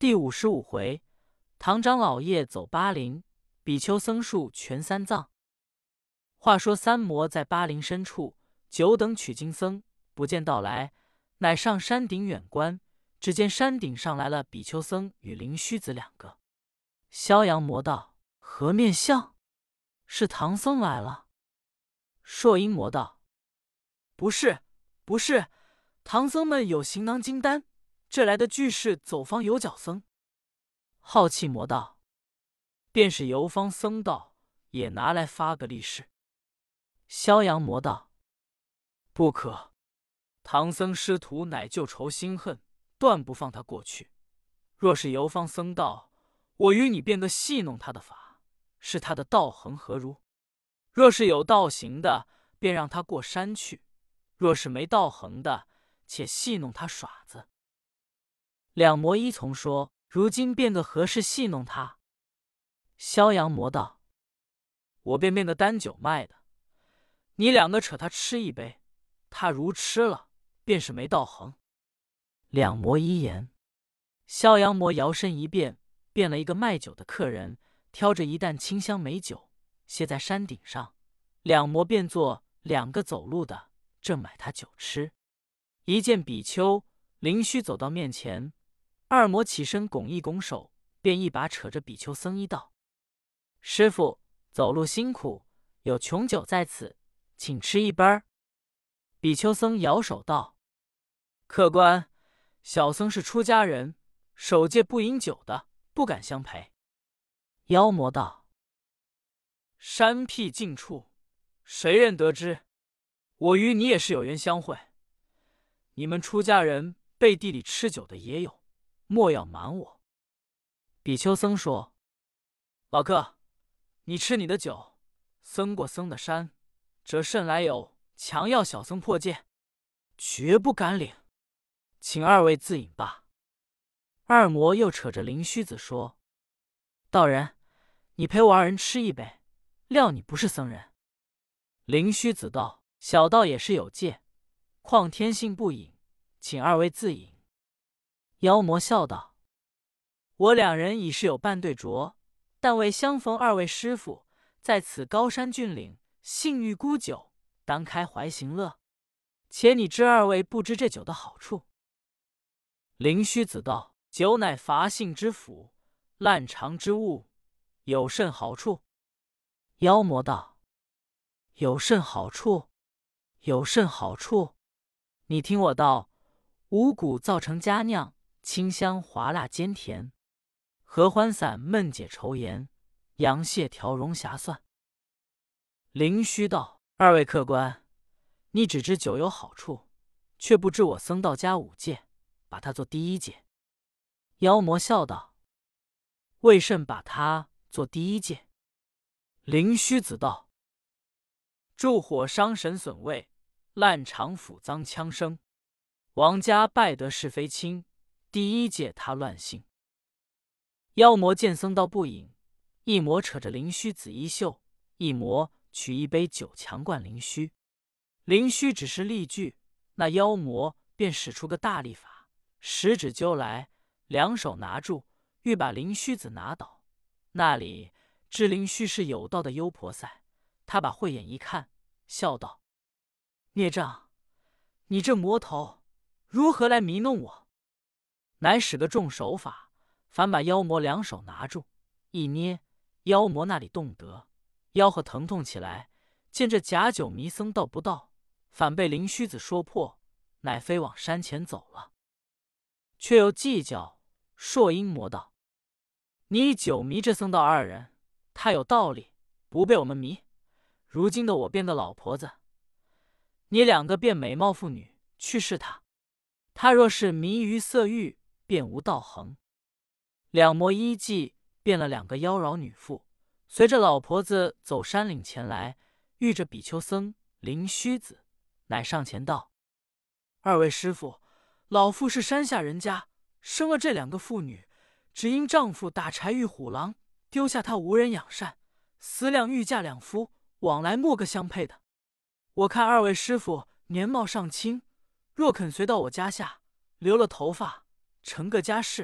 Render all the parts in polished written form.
第55回，唐长老爷走巴陵，比丘僧数全三藏。话说三魔在巴陵深处，久等取经僧，不见到来，乃上山顶远观，只见山顶上来了比丘僧与灵虚子两个。萧阳魔道：“何面相？是唐僧来了。”朔阴魔道：“不是，不是，唐僧们有行囊金丹，这来的俱是走方有脚僧。”好气魔道：“便是游方僧道，也拿来发个利是。”萧阳魔道：“不可，唐僧师徒乃旧仇心恨，断不放他过去。若是游方僧道，我与你变个戏弄他的法，是他的道行何如？若是有道行的，便让他过山去；若是没道行的，且戏弄他耍子。”两魔依从说：“如今变个何事戏弄他？”萧阳魔道：“我便变个单酒卖的，你两个扯他吃一杯，他如吃了，便是没道行。”两魔依言。萧阳魔摇身一变，变了一个卖酒的客人，挑着一担清香美酒，歇在山顶上。两魔变作两个走路的，正买他酒吃。一见比丘灵虚走到面前，二魔起身拱一拱手，便一把扯着比丘僧衣道：“师父，走路辛苦，有琼酒在此，请吃一杯儿。”比丘僧摇手道：“客官，小僧是出家人，守戒不饮酒的，不敢相陪。”妖魔道：“山僻近处，谁人得知？我与你也是有缘相会。你们出家人背地里吃酒的也有，莫要瞒我。”比丘僧说：“老客，你吃你的酒，僧过僧的山，这甚来有强要小僧破戒，绝不敢领，请二位自饮吧。”二魔又扯着灵虚子说：“道人，你陪我二人吃一杯，料你不是僧人。”灵虚子道：“小道也是有戒，况天性不饮，请二位自饮。”妖魔笑道：“我两人已是有伴对着，但为相逢二位师傅，在此高山峻岭，幸遇孤酒，当开怀行乐。且你知二位不知这酒的好处。”灵虚子道：“酒乃伐性之辅，烂肠之物，有甚好处？”妖魔道：“有甚好处？有甚好处？你听我道：五谷造成佳酿，清香滑辣兼甜；合欢散闷解愁颜，羊蟹调融霞蒜。”灵虚道：“二位客官，你只知酒有好处，却不知我僧道家五戒，把它做第一戒。”妖魔笑道：“为甚把它做第一戒？”灵虚子道：“助火伤神损胃，烂肠腐脏腔声。王家败得是非轻，第一戒他乱性。”妖魔见僧道不饮，一魔扯着灵虚子衣袖，一魔取一杯酒强灌灵虚。灵虚只是力拒，那妖魔便使出个大力法，十指揪来，两手拿住，欲把灵虚子拿倒。那里知灵虚是有道的优婆塞，他把慧眼一看，笑道：“孽障，你这魔头如何来迷弄我？”乃使个重手法，反把妖魔两手拿住，一捏，妖魔那里动得，吆喝疼痛起来。见这假酒迷僧道不到，反被灵虚子说破，乃飞往山前走了。却又计较朔阴魔道：“你以酒迷这僧道二人，他有道理，不被我们迷。如今的我变个老婆子，你两个变美貌妇女去试他。他若是迷于色欲，便无道行。”两魔依计变了两个妖娆女妇，随着老婆子走山岭前来，遇着比丘僧灵虚子，乃上前道：“二位师傅，老妇是山下人家，生了这两个妇女，只因丈夫打柴遇虎狼，丢下她无人养善，思量欲嫁两夫，往来莫个相配的。我看二位师傅年貌尚轻，若肯随到我家下，留了头发，成个家室，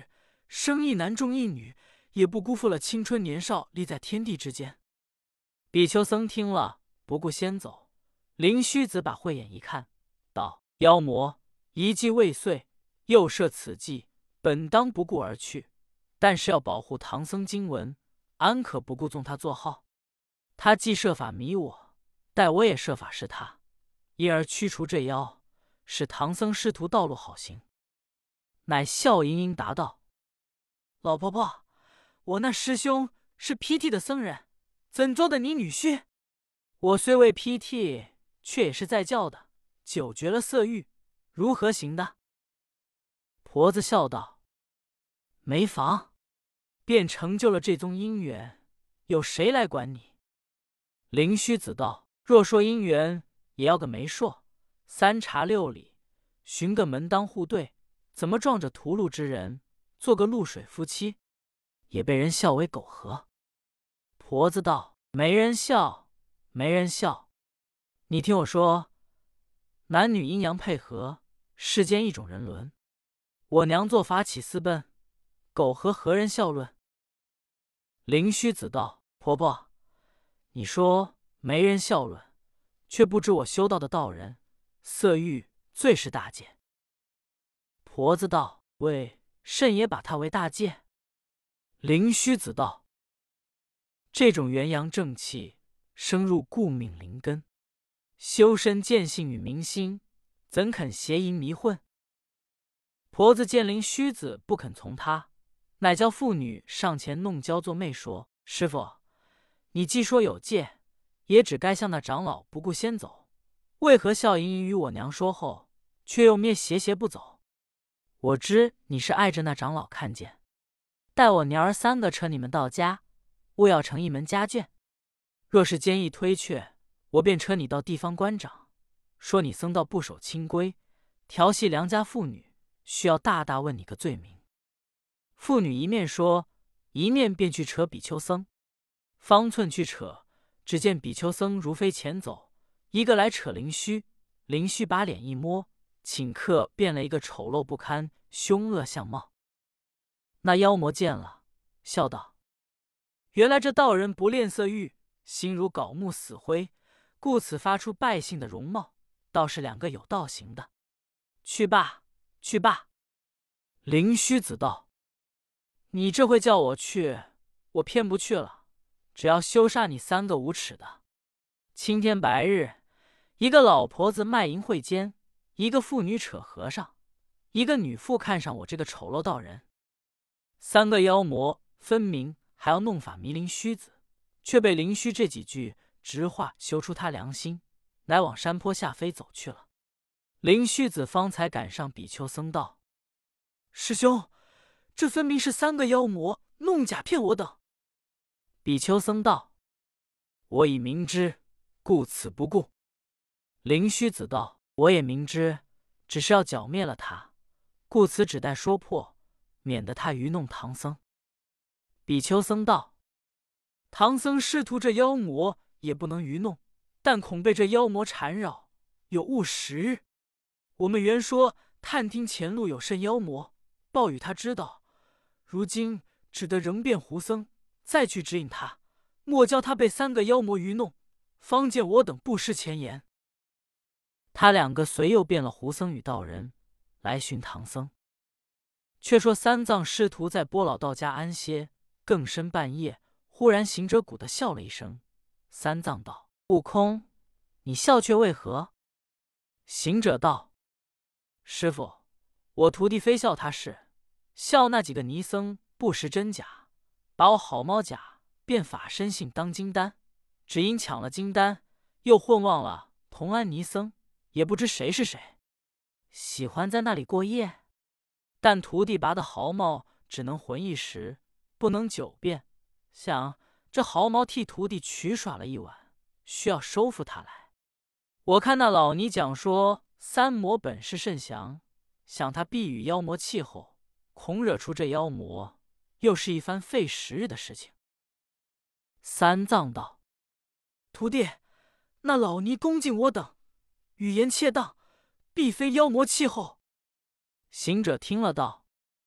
生一男重一女，也不辜负了青春年少立在天地之间。比丘僧听了，不顾先走。灵虚子把慧眼一看，道：妖魔一计未遂，又设此计，本当不顾而去。但是要保护唐僧经文，安可不顾纵他作号？他既设法迷我，待我也设法试他，因而驱除这妖，使唐僧师徒道路好行。乃笑盈盈答道：老婆婆，我那师兄是披剃的僧人，怎做的你女婿？我虽未披剃，却也是在教的，久绝了色欲，如何行的？婆子笑道：没妨，便成就了这宗姻缘，有谁来管你？灵虚子道：若说姻缘，也要个媒妁，3茶6礼，寻个门当户对，怎么撞着屠戮之人，做个露水夫妻，也被人笑为苟合。婆子道：没人笑，没人笑。你听我说，男女阴阳配合，世间一种人伦。我娘做法起私奔，苟合何人笑论？灵虚子道：婆婆，你说没人笑论，却不知我修道的道人，色欲最是大戒。婆子道：为甚也把他为大戒？灵虚子道：这种元阳正气生入故命灵根，修身见性与明心，怎肯邪淫迷混？婆子见灵虚子不肯从他，乃叫妇女上前弄娇作媚说：师傅，你既说有戒，也只该向那长老不顾先走，为何笑盈盈与我娘说后，却又咩斜不走？我知你是碍着那长老看见，待我娘儿3个扯你们到家，务要成一门家眷。若是坚意推却，我便扯你到地方官长，说你僧道不守清规，调戏良家妇女，需要大大问你个罪名。妇女一面说，一面便去扯比丘僧。方寸去扯，只见比丘僧如飞前走，一个来扯灵虚，灵虚把脸一摸，顷刻变了一个丑陋不堪、凶恶相貌。那妖魔见了，笑道：原来这道人不恋色欲，心如槁木死灰，故此发出败性的容貌，倒是2个有道行的。去罢，去罢。灵虚子道：你这会叫我去，我偏不去了，只要休杀你3个无耻的。青天白日，一个老婆子卖淫会奸，一个妇女扯和尚，一个女妇看上我这个丑陋道人。3个妖魔分明还要弄法迷灵虚子，却被灵虚这几句直话修出他良心，乃往山坡下飞走去了。灵虚子方才赶上比丘僧道：师兄，这分明是3个妖魔弄假骗我等。比丘僧道：我已明知，故此不顾。灵虚子道：我也明知，只是要剿灭了他，故此只待说破，免得他愚弄唐僧。比丘僧道：唐僧师徒这妖魔也不能愚弄，但恐被这妖魔缠绕，有误时日。我们原说探听前路有甚妖魔，报与他知道，如今只得仍变胡僧，再去指引他，莫教他被3个妖魔愚弄，方见我等不失前言。他2个随又变了胡僧与道人，来寻唐僧。却说3藏师徒在波老道家安歇，更深半夜，忽然行者鼓的笑了一声。3藏道：悟空，你笑却为何？行者道：师父，我徒弟非笑他是，笑那几个尼僧不识真假，把我好猫甲变法身性当金丹，只因抢了金丹，又混忘了同安尼僧，也不知谁是谁，喜欢在那里过夜。但徒弟拔的毫毛只能混一时，不能久变，想这毫毛替徒弟取耍了一晚，需要收复他来。我看那老尼讲说3魔本事甚详，想他必与妖魔气候，恐惹出这妖魔，又是一番费时日的事情。3藏道：徒弟，那老尼恭敬我等，语言切当，必非妖魔气候。行者听了道：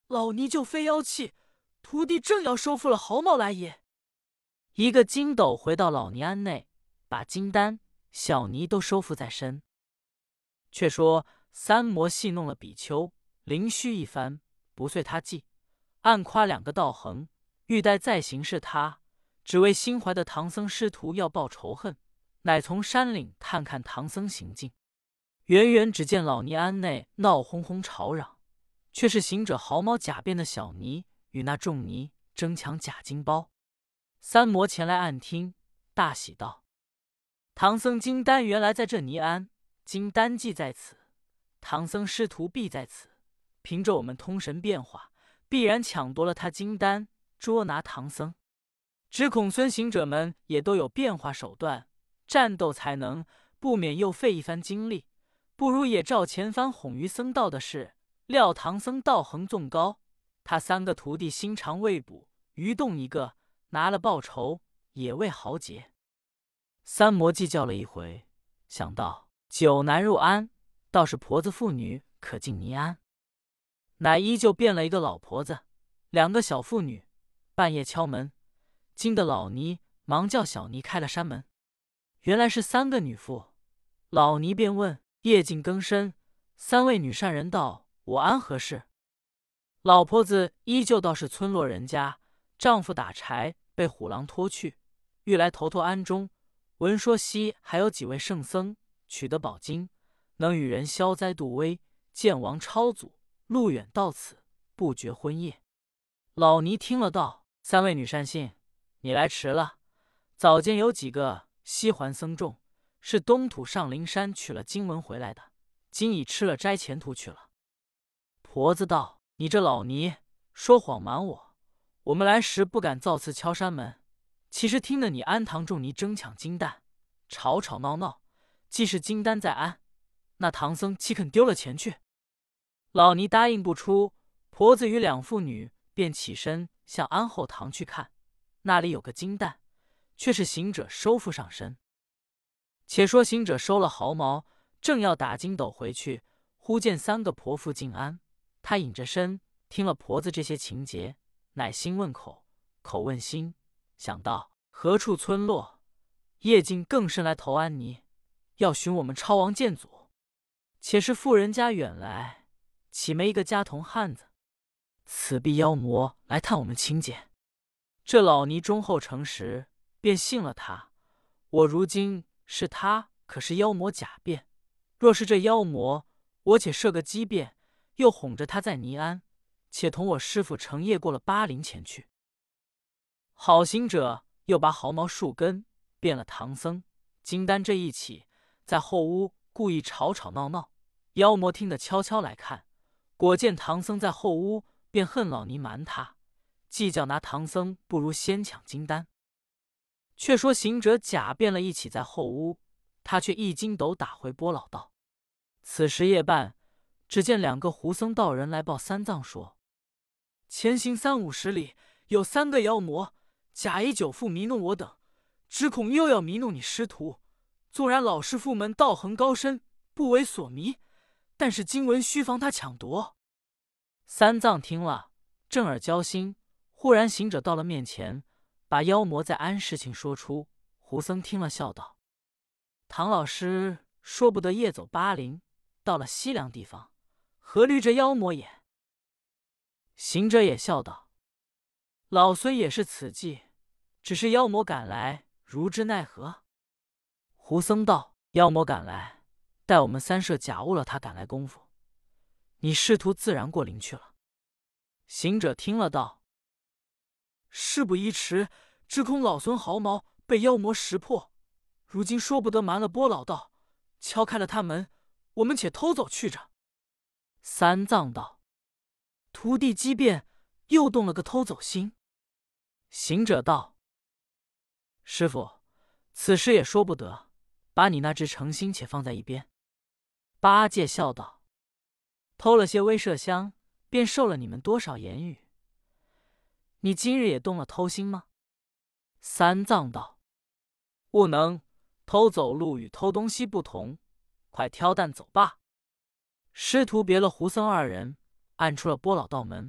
老尼就非妖气，徒弟正要收复了毫毛来也。”一个筋斗回到老尼庵内，把金丹、小尼都收复在身。却说三魔戏弄了比丘，凌虚一番，不遂他计，暗夸2个道行，欲待再行事他，只为心怀的唐僧师徒要报仇恨，乃从山岭探看唐僧行径。远远只见老尼庵内闹哄哄吵嚷，却是行者毫毛假变的小尼与那众尼争抢假金包。三魔前来暗听，大喜道：“唐僧金丹原来在这尼庵，金丹既在此，唐僧师徒必在此。凭着我们通神变化，必然抢夺了他金丹，捉拿唐僧。只恐孙行者们也都有变化手段，战斗才能，不免又费一番精力。不如也照前番哄愚僧道的事，料唐僧道行纵高，他3个徒弟心肠未补，愚动一个，拿了报仇，也未豪杰。”三魔计较了一回，想到酒难入庵，倒是婆子妇女可进尼庵，乃依旧变了一个老婆子，2个小妇女，半夜敲门，惊得老尼忙叫小尼开了山门，原来是3个女妇。老尼便问：“夜静更深，3位女善人道：我庵何事？”老婆子依旧道是村落人家，丈夫打柴被虎狼拖去，欲来投托庵中。闻说西还有几位圣僧取得宝经，能与人消灾度危，见王超祖，路远到此，不觉昏夜。老尼听了道：“3位女善信，你来迟了。早间有几个西环僧众，是东土上灵山取了经文回来的，今已吃了斋前途去了。”婆子道：“你这老尼说谎瞒我，我们来时不敢造次敲山门。其实听得你庵堂众尼争抢金丹，吵吵闹闹，既是金丹在庵，那唐僧岂肯丢了钱去？”老尼答应不出，婆子与2妇女便起身向庵后堂去看，那里有个金丹，却是行者收复上身。且说行者收了毫毛，正要打筋斗回去，忽见3个婆妇进庵，他隐着身，听了婆子这些情节，乃心问口，口问心，想到何处村落，夜静更甚来投安尼，要寻我们超王见祖。且是妇人家远来，岂没一个家童汉子？此必妖魔来探我们亲姐。这老尼忠厚诚实，便信了他。我如今是他，可是妖魔假变。若是这妖魔，我且设个机变，又哄着他在尼庵，且同我师父乘夜过了巴陵前去。好行者又拔毫毛树根，变了唐僧、金丹这一起，在后屋故意吵吵闹闹。妖魔听得悄悄来看，果见唐僧在后屋，便恨老尼瞒他，计较拿唐僧，不如先抢金丹。却说行者假变了一起在后屋，他却一筋斗打回波老道。此时夜半，只见2个胡僧道人来报三藏说：“前行30-50里，有3个妖魔，假以9副迷弄我等，只恐又要迷弄你师徒。纵然老师傅们道行高深，不为所迷，但是经文须防他抢夺。”三藏听了，正耳交心，忽然行者到了面前，把妖魔在庵事情说出。胡僧听了，笑道：“唐老师说不得夜走巴陵，到了西凉地方，何虑这妖魔也？”行者也笑道：“老孙也是此计，只是妖魔赶来，如之奈何？”胡僧道：“妖魔赶来，待我们3舍假误了他赶来功夫，你师徒自然过灵去了。”行者听了道：“事不宜迟，只恐老孙毫毛被妖魔识破，如今说不得瞒了波老道，敲开了他门，我们且偷走去着。”三藏道：“徒弟机变，又动了个偷走心。”行者道：“师傅，此事也说不得，把你那只诚心且放在一边。”八戒笑道：“偷了些威麝香，便受了你们多少言语？你今日也动了偷心吗？”三藏道：“悟能，偷走路与偷东西不同，快挑担走罢。”师徒别了胡僧2人，按出了波老道门，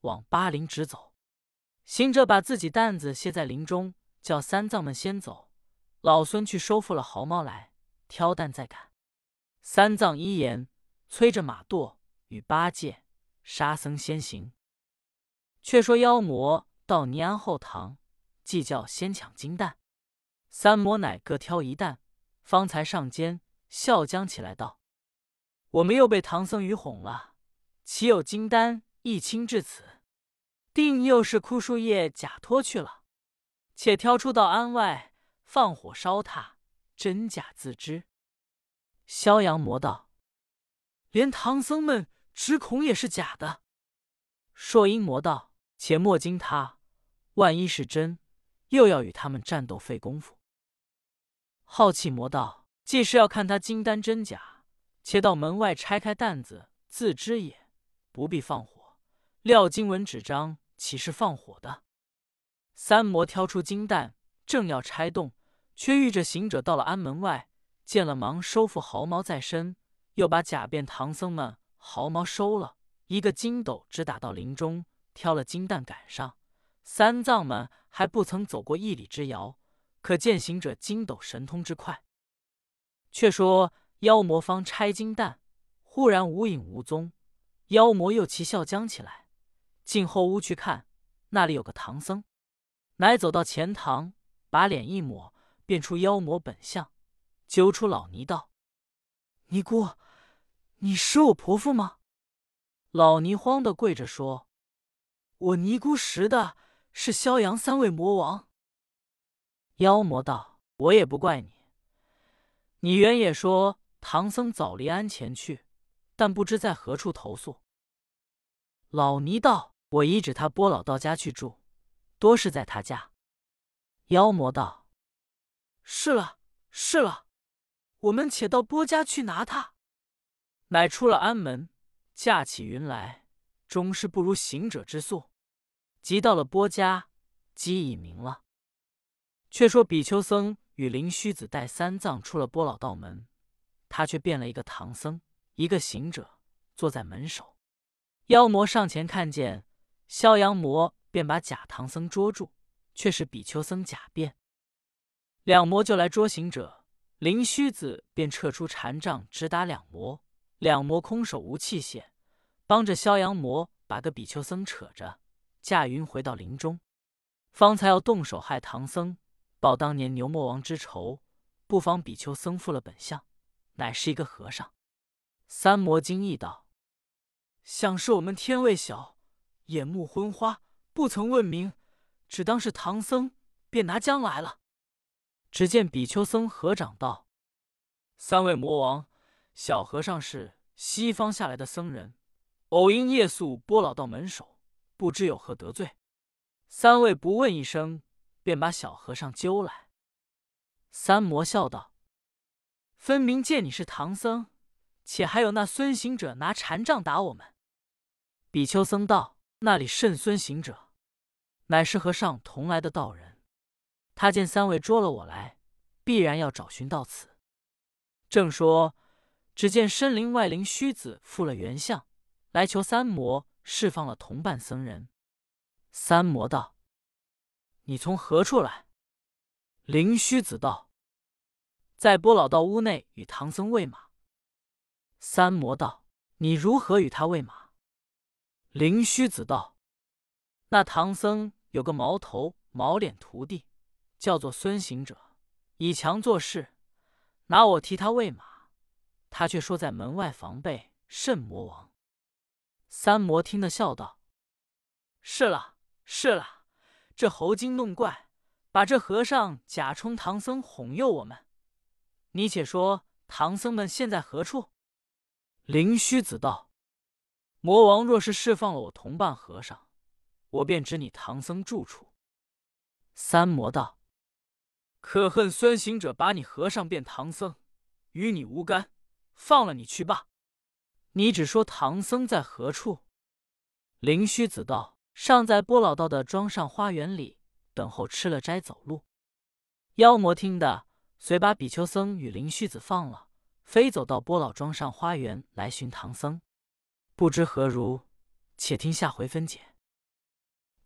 往巴陵直走。行者把自己担子卸在林中，叫三藏们先走，老孙去收复了毫毛来，挑担再赶。三藏依言，催着马垛与八戒、沙僧先行。却说妖魔到尼庵后堂，即叫先抢金担。三魔乃各挑一担，方才上肩，笑将起来道：“我们又被唐僧愚哄了，岂有金丹一倾至此？定又是枯树叶假托去了。且挑出到庵外，放火烧它，真假自知。”萧阳魔道：“连唐僧们只恐也是假的。”朔阴魔道：“且莫惊他，万一是真，又要与他们战斗费功夫。”好气魔道：“既是要看他金丹真假，且到门外拆开担子，自知也，不必放火。料经文纸张，岂是放火的？”三魔挑出金担，正要拆动，却遇着行者到了庵门外，见了，忙收复毫毛在身，又把假变唐僧们毫毛收了，一个筋斗直打到林中，挑了金担赶上。三藏们还不曾走过1里之遥，可见行者筋斗神通之快。却说妖魔方拆金担，忽然无影无踪，妖魔又齐笑将起来，进后屋去看，那里有个唐僧，乃走到前堂，把脸一抹，变出妖魔本相，揪出老尼道：“尼姑，你识我婆父吗？”老尼慌的跪着说：“我尼姑识的是萧阳3位魔王。”妖魔道：“我也不怪你，你原也说唐僧早离庵前去，但不知在何处投宿。”老尼道：“我已指他波老道家去住，多是在他家。”妖魔道：“是了，是了，我们且到波家去拿他。”乃出了庵门，驾起云来，终是不如行者之速。即到了波家，机已明了。却说比丘僧与灵虚子带三藏出了波老道门，他却变了一个唐僧，一个行者，坐在门首。妖魔上前看见，萧阳魔便把假唐僧捉住，却是比丘僧假变。两魔就来捉行者，灵虚子便撤出禅杖直打两魔，两魔空手无器械，帮着萧阳魔把个比丘僧扯着，驾云回到林中，方才要动手害唐僧，报当年牛魔王之仇，不妨比丘僧复了本相，乃是一个和尚。三魔惊异道：“想是我们天位小，眼目昏花，不曾问明，只当是唐僧，便拿将来了。”只见比丘僧合掌道：“三位魔王，小和尚是西方下来的僧人，偶因夜宿波老道门首，不知有何得罪。三位不问一声，便把小和尚揪来。”三魔笑道：“分明见你是唐僧，且还有那孙行者拿禅杖打我们。”比丘僧道：“那里甚孙行者，乃是和尚同来的道人。他见三位捉了我来，必然要找寻到此。”正说，只见深林外灵虚子复了原相，来求三魔释放了同伴僧人。三魔道：“你从何处来？”灵虚子道：“在波老道屋内与唐僧喂马。”三魔道：“你如何与他喂马？”灵虚子道：“那唐僧有个毛头毛脸徒弟，叫做孙行者，以强做事，拿我替他喂马，他却说在门外防备甚魔王。”三魔听得笑道：“是了，是了，这猴精弄怪，把这和尚假充唐僧哄诱我们。你且说唐僧们现在何处？”灵虚子道：“魔王若是释放了我同伴和尚，我便指你唐僧住处。”三魔道：“可恨孙行者把你和尚变唐僧，与你无干，放了你去罢。你只说唐僧在何处？”灵虚子道：“尚在波老道的庄上花园里，等候吃了斋走路。”妖魔听得，遂把比丘僧与灵虚子放了，飞走到波老庄上花园来寻唐僧。不知何如，且听下回分解。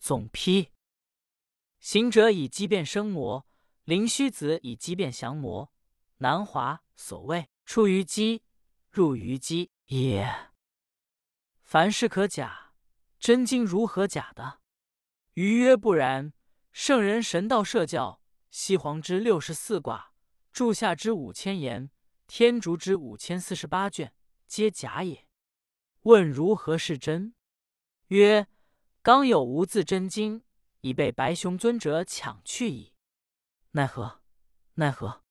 总批。行者以机变生魔，灵虚子以机变降魔。南华所谓出于机，入于机也。凡事可假，真经如何假的？余曰不然。圣人神道设教，西黄之64卦，柱下之5000言，天竺之5048卷，皆假也。问如何是真？曰：刚有无字真经，已被白熊尊者抢去矣。奈何？奈何？